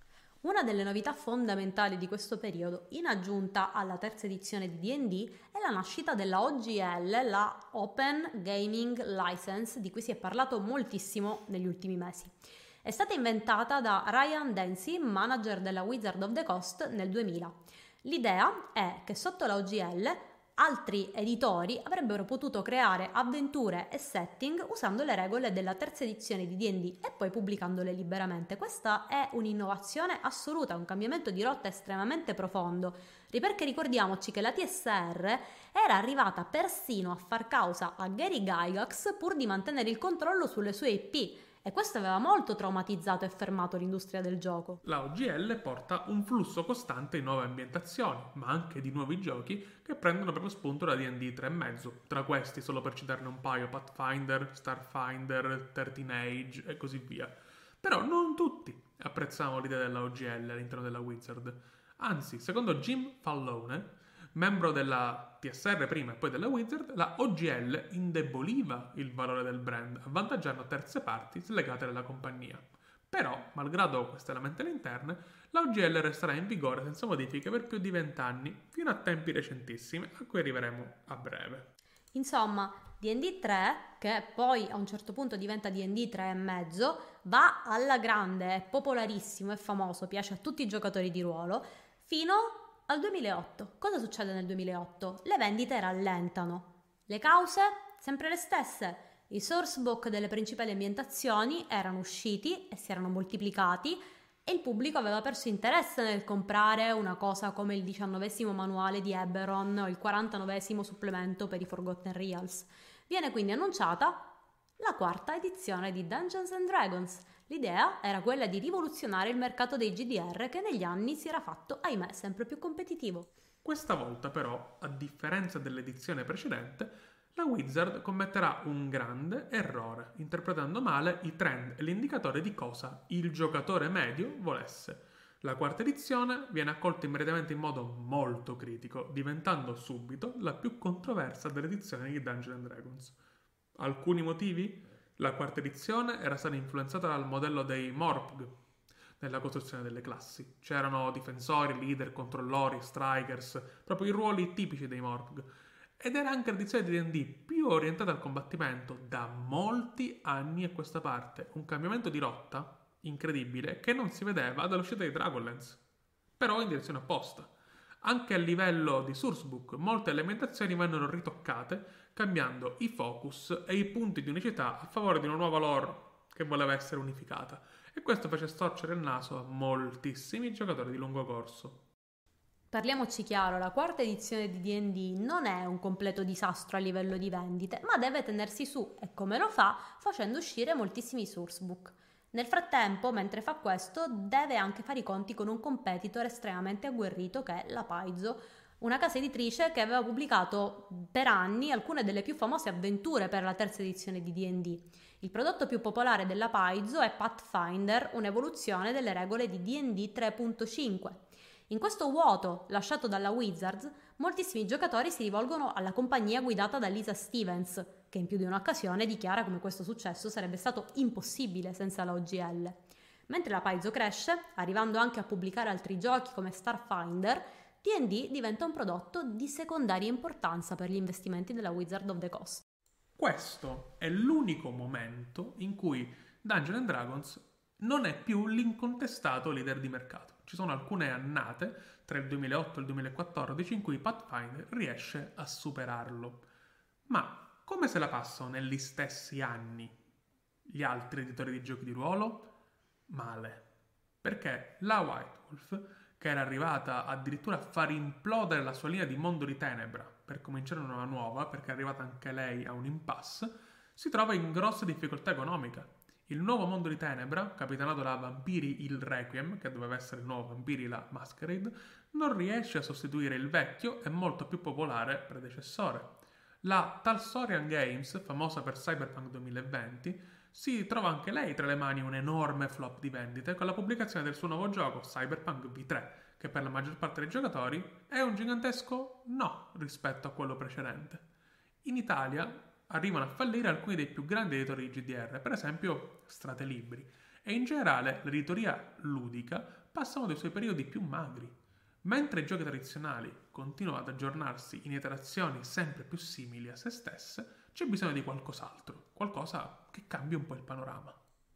Una delle novità fondamentali di questo periodo, in aggiunta alla terza edizione di D and D, è la nascita della O G L, la Open Gaming License, di cui si è parlato moltissimo negli ultimi mesi. È stata inventata da Ryan Dancy, manager della Wizard of the Coast, nel duemila. L'idea è che sotto la O G L altri editori avrebbero potuto creare avventure e setting usando le regole della terza edizione di D and D e poi pubblicandole liberamente. Questa è un'innovazione assoluta, un cambiamento di rotta estremamente profondo, perché ricordiamoci che la T S R era arrivata persino a far causa a Gary Gygax pur di mantenere il controllo sulle sue I P. E questo aveva molto traumatizzato e fermato l'industria del gioco. La O G L porta un flusso costante di nuove ambientazioni, ma anche di nuovi giochi che prendono proprio spunto da D and D tre e mezzo. Tra questi, solo per citarne un paio, Pathfinder, Starfinder, thirteen Age e così via. Però non tutti apprezzavano l'idea della O G L all'interno della Wizard. Anzi, secondo Jim Fallone, membro della T S R prima e poi della Wizard, la O G L indeboliva il valore del brand, avvantaggiando terze parti slegate dalla compagnia. Però, malgrado queste lamentele interne, la O G L resterà in vigore senza modifiche per più di vent'anni, fino a tempi recentissimi, a cui arriveremo a breve. Insomma, D and D tre, che poi a un certo punto diventa D and D tre e mezzo, va alla grande, è popolarissimo, è famoso, piace a tutti i giocatori di ruolo, fino al duemilaotto. Cosa succede nel duemilaotto? Le vendite rallentano. Le cause? Sempre le stesse. I sourcebook delle principali ambientazioni erano usciti e si erano moltiplicati e il pubblico aveva perso interesse nel comprare una cosa come il diciannovesimo manuale di Eberron o il quarantanovesimo supplemento per i Forgotten Realms. Viene quindi annunciata la quarta edizione di Dungeons and Dragons. L'idea era quella di rivoluzionare il mercato dei G D R che negli anni si era fatto, ahimè, sempre più competitivo. Questa volta però, a differenza dell'edizione precedente, la Wizard commetterà un grande errore, interpretando male i trend e gli indicatori di cosa il giocatore medio volesse. La quarta edizione viene accolta immediatamente in modo molto critico, diventando subito la più controversa delle edizioni di Dungeons and Dragons. Alcuni motivi? La quarta edizione era stata influenzata dal modello dei Morpg nella costruzione delle classi. C'erano difensori, leader, controllori, strikers, proprio i ruoli tipici dei Morpg. Ed era anche l'edizione di D and D più orientata al combattimento da molti anni a questa parte. Un cambiamento di rotta incredibile che non si vedeva dall'uscita di Dragonlance, però in direzione opposta. Anche a livello di sourcebook molte elementazioni vennero ritoccate, cambiando i focus e i punti di unicità a favore di una nuova lore che voleva essere unificata, e questo fece storcere il naso a moltissimi giocatori di lungo corso. Parliamoci chiaro, la quarta edizione di D and D non è un completo disastro a livello di vendite, ma deve tenersi su, e come lo fa? Facendo uscire moltissimi sourcebook. Nel frattempo, mentre fa questo, deve anche fare i conti con un competitor estremamente agguerrito che è la Paizo, una casa editrice che aveva pubblicato per anni alcune delle più famose avventure per la terza edizione di D and D. Il prodotto più popolare della Paizo è Pathfinder, un'evoluzione delle regole di D and D tre punto cinque. In questo vuoto lasciato dalla Wizards, moltissimi giocatori si rivolgono alla compagnia guidata da Lisa Stevens, che in più di un'occasione dichiara come questo successo sarebbe stato impossibile senza la O G L. Mentre la Paizo cresce, arrivando anche a pubblicare altri giochi come Starfinder, D and D diventa un prodotto di secondaria importanza per gli investimenti della Wizard of the Coast. Questo è l'unico momento in cui Dungeons and Dragons non è più l'incontestato leader di mercato. Ci sono alcune annate, tra il duemilaotto e il duemilaquattordici, in cui Pathfinder riesce a superarlo. Ma come se la passano negli stessi anni gli altri editori di giochi di ruolo? Male. Perché la White Wolf, che era arrivata addirittura a far implodere la sua linea di Mondo di Tenebra per cominciare una nuova, perché è arrivata anche lei a un impasse, si trova in grossa difficoltà economica. Il nuovo Mondo di Tenebra, capitanato da Vampiri il Requiem, che doveva essere il nuovo Vampiri la Masquerade, non riesce a sostituire il vecchio e molto più popolare predecessore. La Talsorian Games, famosa per Cyberpunk duemilaventi, si trova anche lei tra le mani un enorme flop di vendite con la pubblicazione del suo nuovo gioco Cyberpunk V tre, che per la maggior parte dei giocatori è un gigantesco no rispetto a quello precedente. In Italia arrivano a fallire alcuni dei più grandi editori di G D R, per esempio Stratelibri, e in generale l'editoria ludica passano dei suoi periodi più magri. Mentre i giochi tradizionali continuano ad aggiornarsi in iterazioni sempre più simili a se stesse, c'è bisogno di qualcos'altro, qualcosa che cambi un po' il panorama.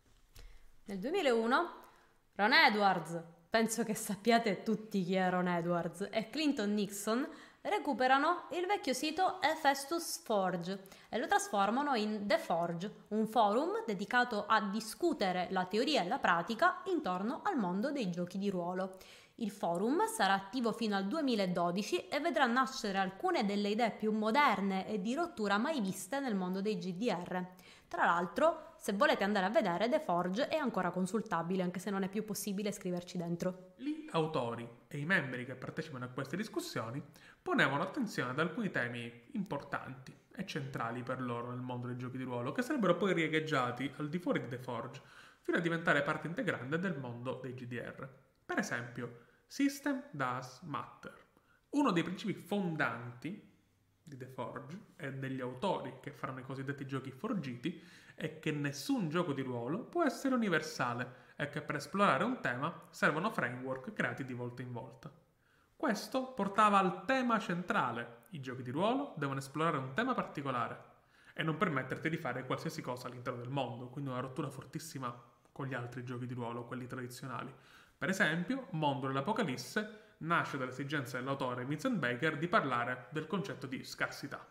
Nel duemilauno Ron Edwards, penso che sappiate tutti chi è Ron Edwards, e Clinton Nixon recuperano il vecchio sito Hephaestus Forge e lo trasformano in The Forge, un forum dedicato a discutere la teoria e la pratica intorno al mondo dei giochi di ruolo. Il forum sarà attivo fino al duemiladodici e vedrà nascere alcune delle idee più moderne e di rottura mai viste nel mondo dei G D R. Tra l'altro, se volete andare a vedere, The Forge è ancora consultabile, anche se non è più possibile scriverci dentro. Gli autori e i membri che partecipano a queste discussioni ponevano attenzione ad alcuni temi importanti e centrali per loro nel mondo dei giochi di ruolo, che sarebbero poi riecheggiati al di fuori di The Forge, fino a diventare parte integrante del mondo dei G D R. Per esempio, System Does Matter. Uno dei principi fondanti di The Forge e degli autori che faranno i cosiddetti giochi forgiti è che nessun gioco di ruolo può essere universale e che per esplorare un tema servono framework creati di volta in volta. Questo portava al tema centrale: i giochi di ruolo devono esplorare un tema particolare e non permetterti di fare qualsiasi cosa all'interno del mondo, quindi una rottura fortissima con gli altri giochi di ruolo, quelli tradizionali. Per esempio, Mondo dell'Apocalisse nasce dall'esigenza dell'autore Vincent Baker di parlare del concetto di scarsità.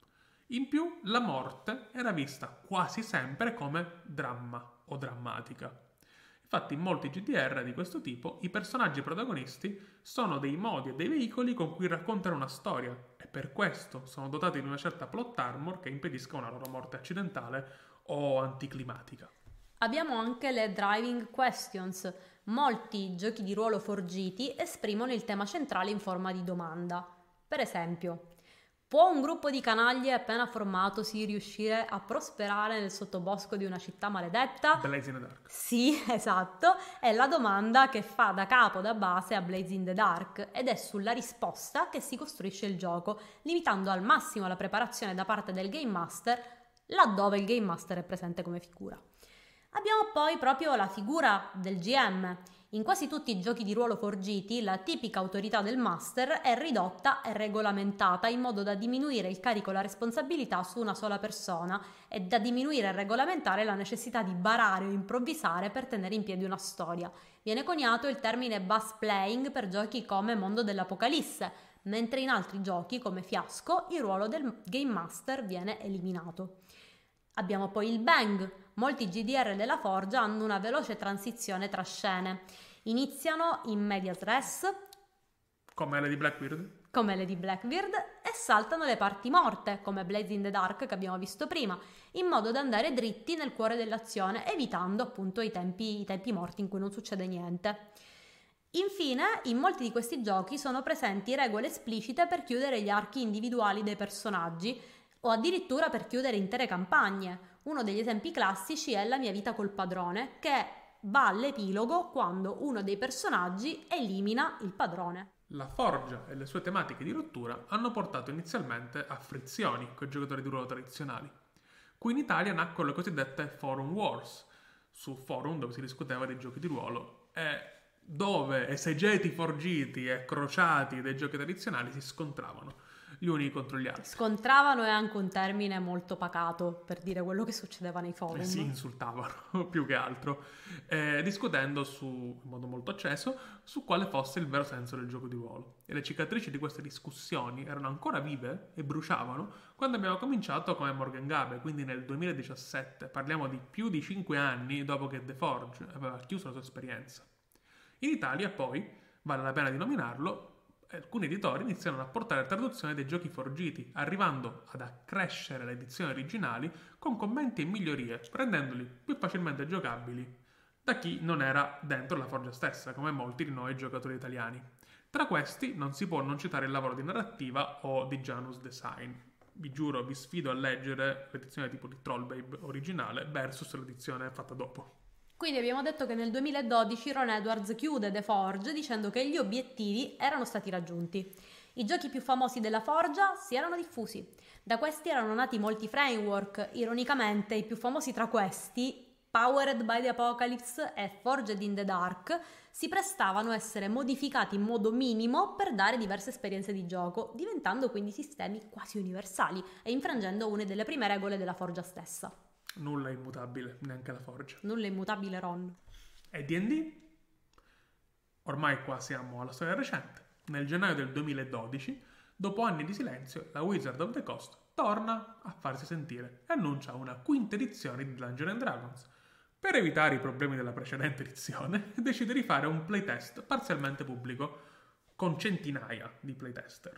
In più, la morte era vista quasi sempre come dramma o drammatica. Infatti, in molti G D R di questo tipo, i personaggi protagonisti sono dei modi e dei veicoli con cui raccontare una storia e per questo sono dotati di una certa plot armor che impedisca una loro morte accidentale o anticlimatica. Abbiamo anche le driving questions. Molti giochi di ruolo forgiti esprimono il tema centrale in forma di domanda. Per esempio, può un gruppo di canaglie appena formatosi riuscire a prosperare nel sottobosco di una città maledetta? Blaze in the Dark. Sì, esatto, è la domanda che fa da capo da base a Blaze in the Dark ed è sulla risposta che si costruisce il gioco, limitando al massimo la preparazione da parte del Game Master, laddove il Game Master è presente come figura. Abbiamo poi proprio la figura del G M. In quasi tutti i giochi di ruolo forgiti, la tipica autorità del master è ridotta e regolamentata in modo da diminuire il carico e la responsabilità su una sola persona e da diminuire e regolamentare la necessità di barare o improvvisare per tenere in piedi una storia. Viene coniato il termine bus playing per giochi come Mondo dell'Apocalisse, mentre in altri giochi come Fiasco il ruolo del Game Master viene eliminato. Abbiamo poi il Bang. Molti G D R della Forgia hanno una veloce transizione tra scene. Iniziano in medias res, come le di Blackbeard, come le di Blackbeard, e saltano le parti morte, come Blaze in the Dark che abbiamo visto prima, in modo da andare dritti nel cuore dell'azione, evitando appunto i tempi, i tempi morti in cui non succede niente. Infine, in molti di questi giochi sono presenti regole esplicite per chiudere gli archi individuali dei personaggi, o addirittura per chiudere intere campagne. Uno degli esempi classici è La mia vita col padrone, che va all'epilogo quando uno dei personaggi elimina il padrone. La Forgia e le sue tematiche di rottura hanno portato inizialmente a frizioni con i giocatori di ruolo tradizionali. Qui in Italia nacquero le cosiddette Forum Wars, su forum dove si discuteva dei giochi di ruolo e dove esegeti forgiti e crociati dei giochi tradizionali si scontravano gli uni contro gli altri. Scontravano è anche un termine molto pacato per dire quello che succedeva nei forum. Eh, si insultavano più che altro, eh, discutendo su, in modo molto acceso su quale fosse il vero senso del gioco di ruolo. E le cicatrici di queste discussioni erano ancora vive e bruciavano quando abbiamo cominciato come Morgengabe, quindi nel duemiladiciassette. Parliamo di più di cinque anni dopo che The Forge aveva chiuso la sua esperienza. In Italia poi, vale la pena di nominarlo, alcuni editori iniziano a portare traduzione dei giochi forgiti, arrivando ad accrescere le edizioni originali con commenti e migliorie, rendendoli più facilmente giocabili da chi non era dentro la forgia stessa, come molti di noi giocatori italiani. Tra questi non si può non citare il lavoro di narrativa o di Janus Design. Vi giuro, vi sfido a leggere l'edizione tipo di Trollbabe originale versus l'edizione fatta dopo. Quindi abbiamo detto che nel duemiladodici Ron Edwards chiude The Forge dicendo che gli obiettivi erano stati raggiunti. I giochi più famosi della Forgia si erano diffusi. Da questi erano nati molti framework. Ironicamente, i più famosi tra questi, Powered by the Apocalypse e Forged in the Dark si prestavano a essere modificati in modo minimo per dare diverse esperienze di gioco, diventando quindi sistemi quasi universali e infrangendo una delle prime regole della forgia stessa. Nulla è immutabile, neanche la forgia. Nulla è immutabile, Ron. E D and D? Ormai qua siamo alla storia recente. Nel gennaio del duemiladodici, dopo anni di silenzio, la Wizard of the Coast torna a farsi sentire e annuncia una quinta edizione di Dungeons and Dragons. Per evitare i problemi della precedente edizione, decide di fare un playtest parzialmente pubblico, con centinaia di playtester.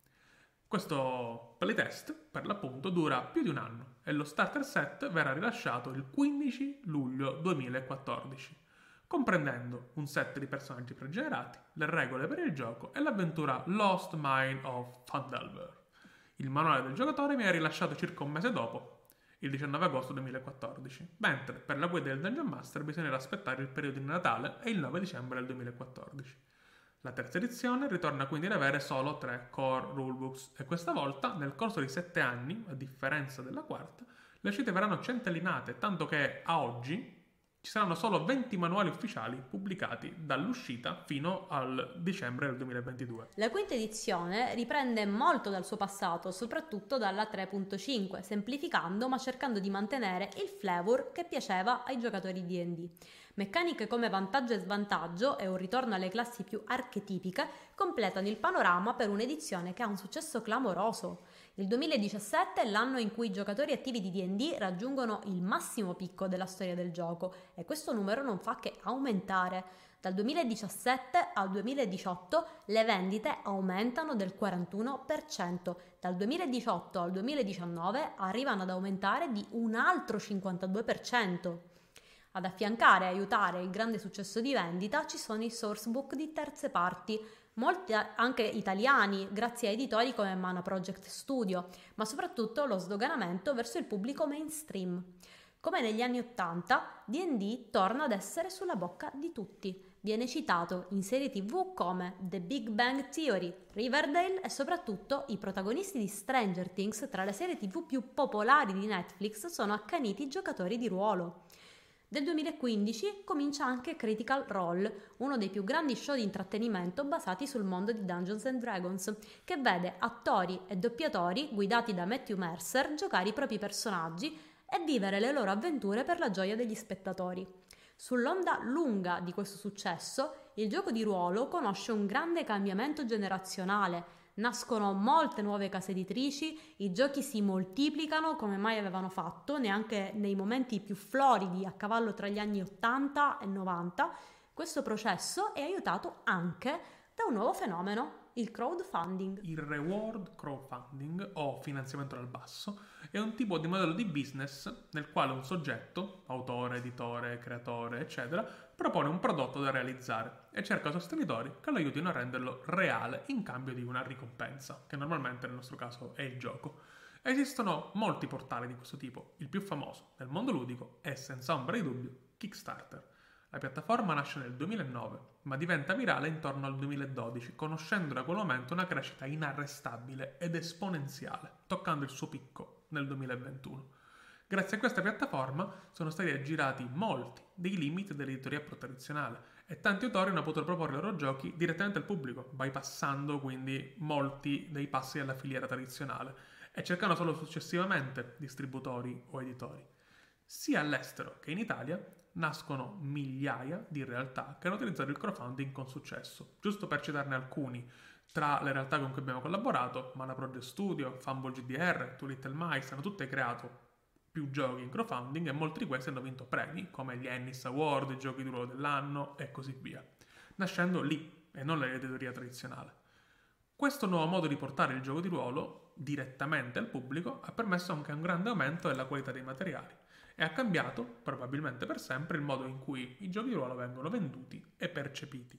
Questo playtest, per l'appunto, dura più di un anno e lo starter set verrà rilasciato il quindici luglio duemilaquattordici, comprendendo un set di personaggi pregenerati, le regole per il gioco e l'avventura Lost Mine of Phandelver. Il manuale del giocatore viene rilasciato circa un mese dopo, il diciannove agosto duemilaquattordici, mentre per la guida del Dungeon Master bisognerà aspettare il periodo di Natale e il nove dicembre del duemilaquattordici. La terza edizione ritorna quindi ad avere solo tre core rulebooks e questa volta, nel corso di sette anni, a differenza della quarta, le uscite verranno centellinate, tanto che a oggi ci saranno solo venti manuali ufficiali pubblicati dall'uscita fino al dicembre del duemilaventidue. La quinta edizione riprende molto dal suo passato, soprattutto dalla tre punto cinque, semplificando ma cercando di mantenere il flavor che piaceva ai giocatori di D and D. Meccaniche come vantaggio e svantaggio e un ritorno alle classi più archetipiche completano il panorama per un'edizione che ha un successo clamoroso. Il duemiladiciassette è l'anno in cui i giocatori attivi di D and D raggiungono il massimo picco della storia del gioco e questo numero non fa che aumentare. Dal duemiladiciassette al duemiladiciotto le vendite aumentano del quarantuno per cento, dal duemiladiciotto al duemiladiciannove arrivano ad aumentare di un altro cinquantadue per cento. Ad affiancare e aiutare il grande successo di vendita ci sono i sourcebook di terze parti, molti anche italiani, grazie a editori come Mana Project Studio, ma soprattutto lo sdoganamento verso il pubblico mainstream. Come negli anni Ottanta, D and D torna ad essere sulla bocca di tutti. Viene citato in serie tv come The Big Bang Theory, Riverdale e soprattutto i protagonisti di Stranger Things tra le serie tv più popolari di Netflix sono accaniti giocatori di ruolo. Del duemilaquindici comincia anche Critical Role, uno dei più grandi show di intrattenimento basati sul mondo di Dungeons and Dragons, che vede attori e doppiatori guidati da Matthew Mercer giocare i propri personaggi e vivere le loro avventure per la gioia degli spettatori. Sull'onda lunga di questo successo, il gioco di ruolo conosce un grande cambiamento generazionale. Nascono molte nuove case editrici, i giochi si moltiplicano come mai avevano fatto, neanche nei momenti più floridi a cavallo tra gli anni ottanta e novanta. Questo processo è aiutato anche da un nuovo fenomeno, il crowdfunding. Il reward crowdfunding, o finanziamento dal basso, è un tipo di modello di business nel quale un soggetto, autore, editore, creatore, eccetera, propone un prodotto da realizzare e cerca sostenitori che lo aiutino a renderlo reale in cambio di una ricompensa, che normalmente nel nostro caso è il gioco. Esistono molti portali di questo tipo, il più famoso nel mondo ludico è senza ombra di dubbio Kickstarter. La piattaforma nasce nel duemilanove, ma diventa virale intorno al duemiladodici, conoscendo da quel momento una crescita inarrestabile ed esponenziale, toccando il suo picco nel duemilaventuno. Grazie a questa piattaforma sono stati aggirati molti dei limiti dell'editoria tradizionale e tanti autori hanno potuto proporre i loro giochi direttamente al pubblico, bypassando quindi molti dei passi della filiera tradizionale e cercando solo successivamente distributori o editori. Sia all'estero che in Italia nascono migliaia di realtà che hanno utilizzato il crowdfunding con successo. Giusto per citarne alcuni, tra le realtà con cui abbiamo collaborato, Mana Project Studio, Fumble G D R, Two Little Mice, hanno tutte creato più giochi in crowdfunding e molti di questi hanno vinto premi, come gli Ennis Award, i giochi di ruolo dell'anno e così via, nascendo lì e non nell'editoria tradizionale. Questo nuovo modo di portare il gioco di ruolo direttamente al pubblico ha permesso anche un grande aumento della qualità dei materiali e ha cambiato, probabilmente per sempre, il modo in cui i giochi di ruolo vengono venduti e percepiti.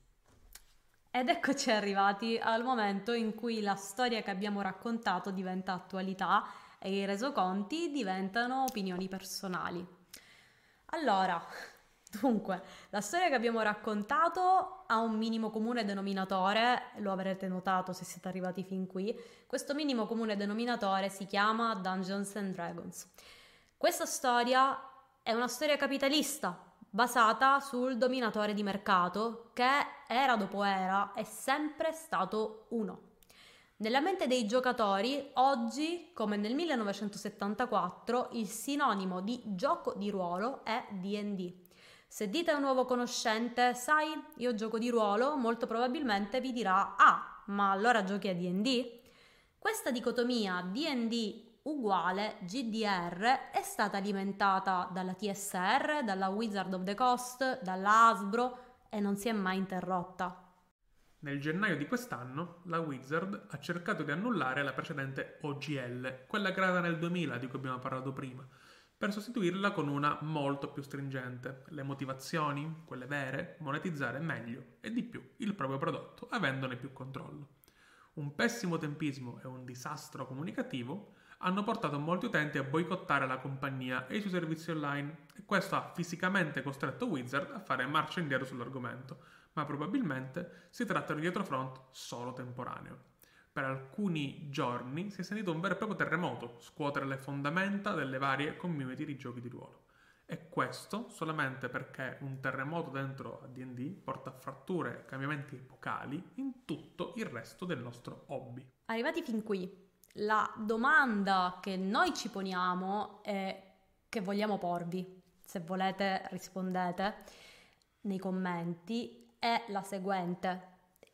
Ed eccoci arrivati al momento in cui la storia che abbiamo raccontato diventa attualità e i resoconti diventano opinioni personali. Allora, dunque, la storia che abbiamo raccontato ha un minimo comune denominatore, lo avrete notato se siete arrivati fin qui. Questo minimo comune denominatore si chiama Dungeons and Dragons. Questa storia È una storia capitalista basata sul dominatore di mercato che era dopo era è sempre stato uno. Nella mente dei giocatori, oggi, come nel millenovecentosettantaquattro, il sinonimo di gioco di ruolo è D and D. Se dite a un nuovo conoscente, sai, io gioco di ruolo, molto probabilmente vi dirà, ah, ma allora giochi a D and D? Questa dicotomia D and D uguale G D R è stata alimentata dalla T S R, dalla Wizard of the Coast, dalla Hasbro e non si è mai interrotta. Nel gennaio di quest'anno la Wizard ha cercato di annullare la precedente O G L, quella creata nel duemila di cui abbiamo parlato prima, per sostituirla con una molto più stringente. Le motivazioni, quelle vere, monetizzare meglio e di più il proprio prodotto, avendone più controllo. Un pessimo tempismo e un disastro comunicativo hanno portato molti utenti a boicottare la compagnia e i suoi servizi online, e questo ha fisicamente costretto Wizard a fare marcia indietro sull'argomento, ma probabilmente si tratta di un dietrofront solo temporaneo. Per alcuni giorni si è sentito un vero e proprio terremoto scuotere le fondamenta delle varie community di giochi di ruolo. E questo solamente perché un terremoto dentro a D and D porta a fratture e cambiamenti epocali in tutto il resto del nostro hobby. Arrivati fin qui, la domanda che noi ci poniamo e che vogliamo porvi, se volete rispondete nei commenti, è la seguente.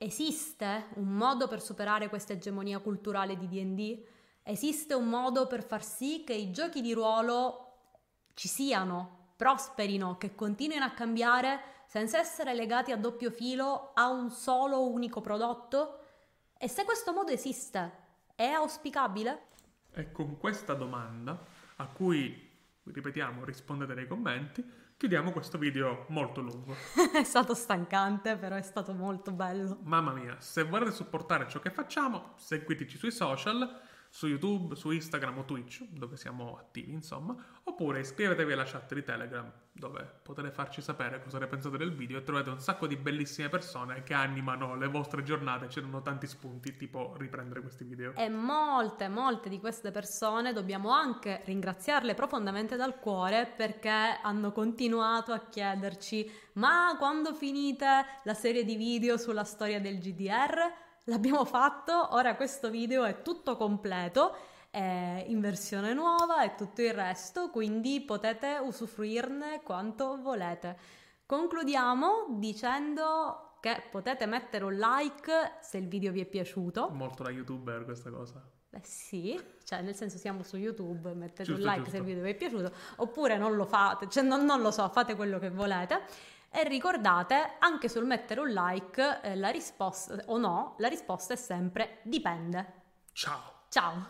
Esiste un modo per superare questa egemonia culturale di D and D? Esiste un modo per far sì che i giochi di ruolo ci siano, prosperino, che continuino a cambiare senza essere legati a doppio filo a un solo unico prodotto? E se questo modo esiste, è auspicabile? E con questa domanda, a cui, ripetiamo, rispondete nei commenti, chiudiamo questo video molto lungo. È stato stancante, però è stato molto bello. Mamma mia, se volete supportare ciò che facciamo, seguiteci sui social, su YouTube, su Instagram o Twitch, dove siamo attivi, insomma, oppure iscrivetevi alla chat di Telegram, dove potete farci sapere cosa ne pensate del video e trovate un sacco di bellissime persone che animano le vostre giornate, c'erano tanti spunti, tipo riprendere questi video. E molte, molte di queste persone dobbiamo anche ringraziarle profondamente dal cuore, perché hanno continuato a chiederci: ma quando finite la serie di video sulla storia del G D R? L'abbiamo fatto, ora questo video è tutto completo, è in versione nuova e tutto il resto, quindi potete usufruirne quanto volete. Concludiamo dicendo che potete mettere un like se il video vi è piaciuto. Molto da youtuber questa cosa. Beh sì, cioè nel senso siamo su YouTube, mettete Giusto, un like giusto. se il video vi è piaciuto, oppure non lo fate, cioè non, non lo so, fate quello che volete. E ricordate, anche sul mettere un like, eh, la risposta o no, la risposta è sempre dipende. Ciao! Ciao!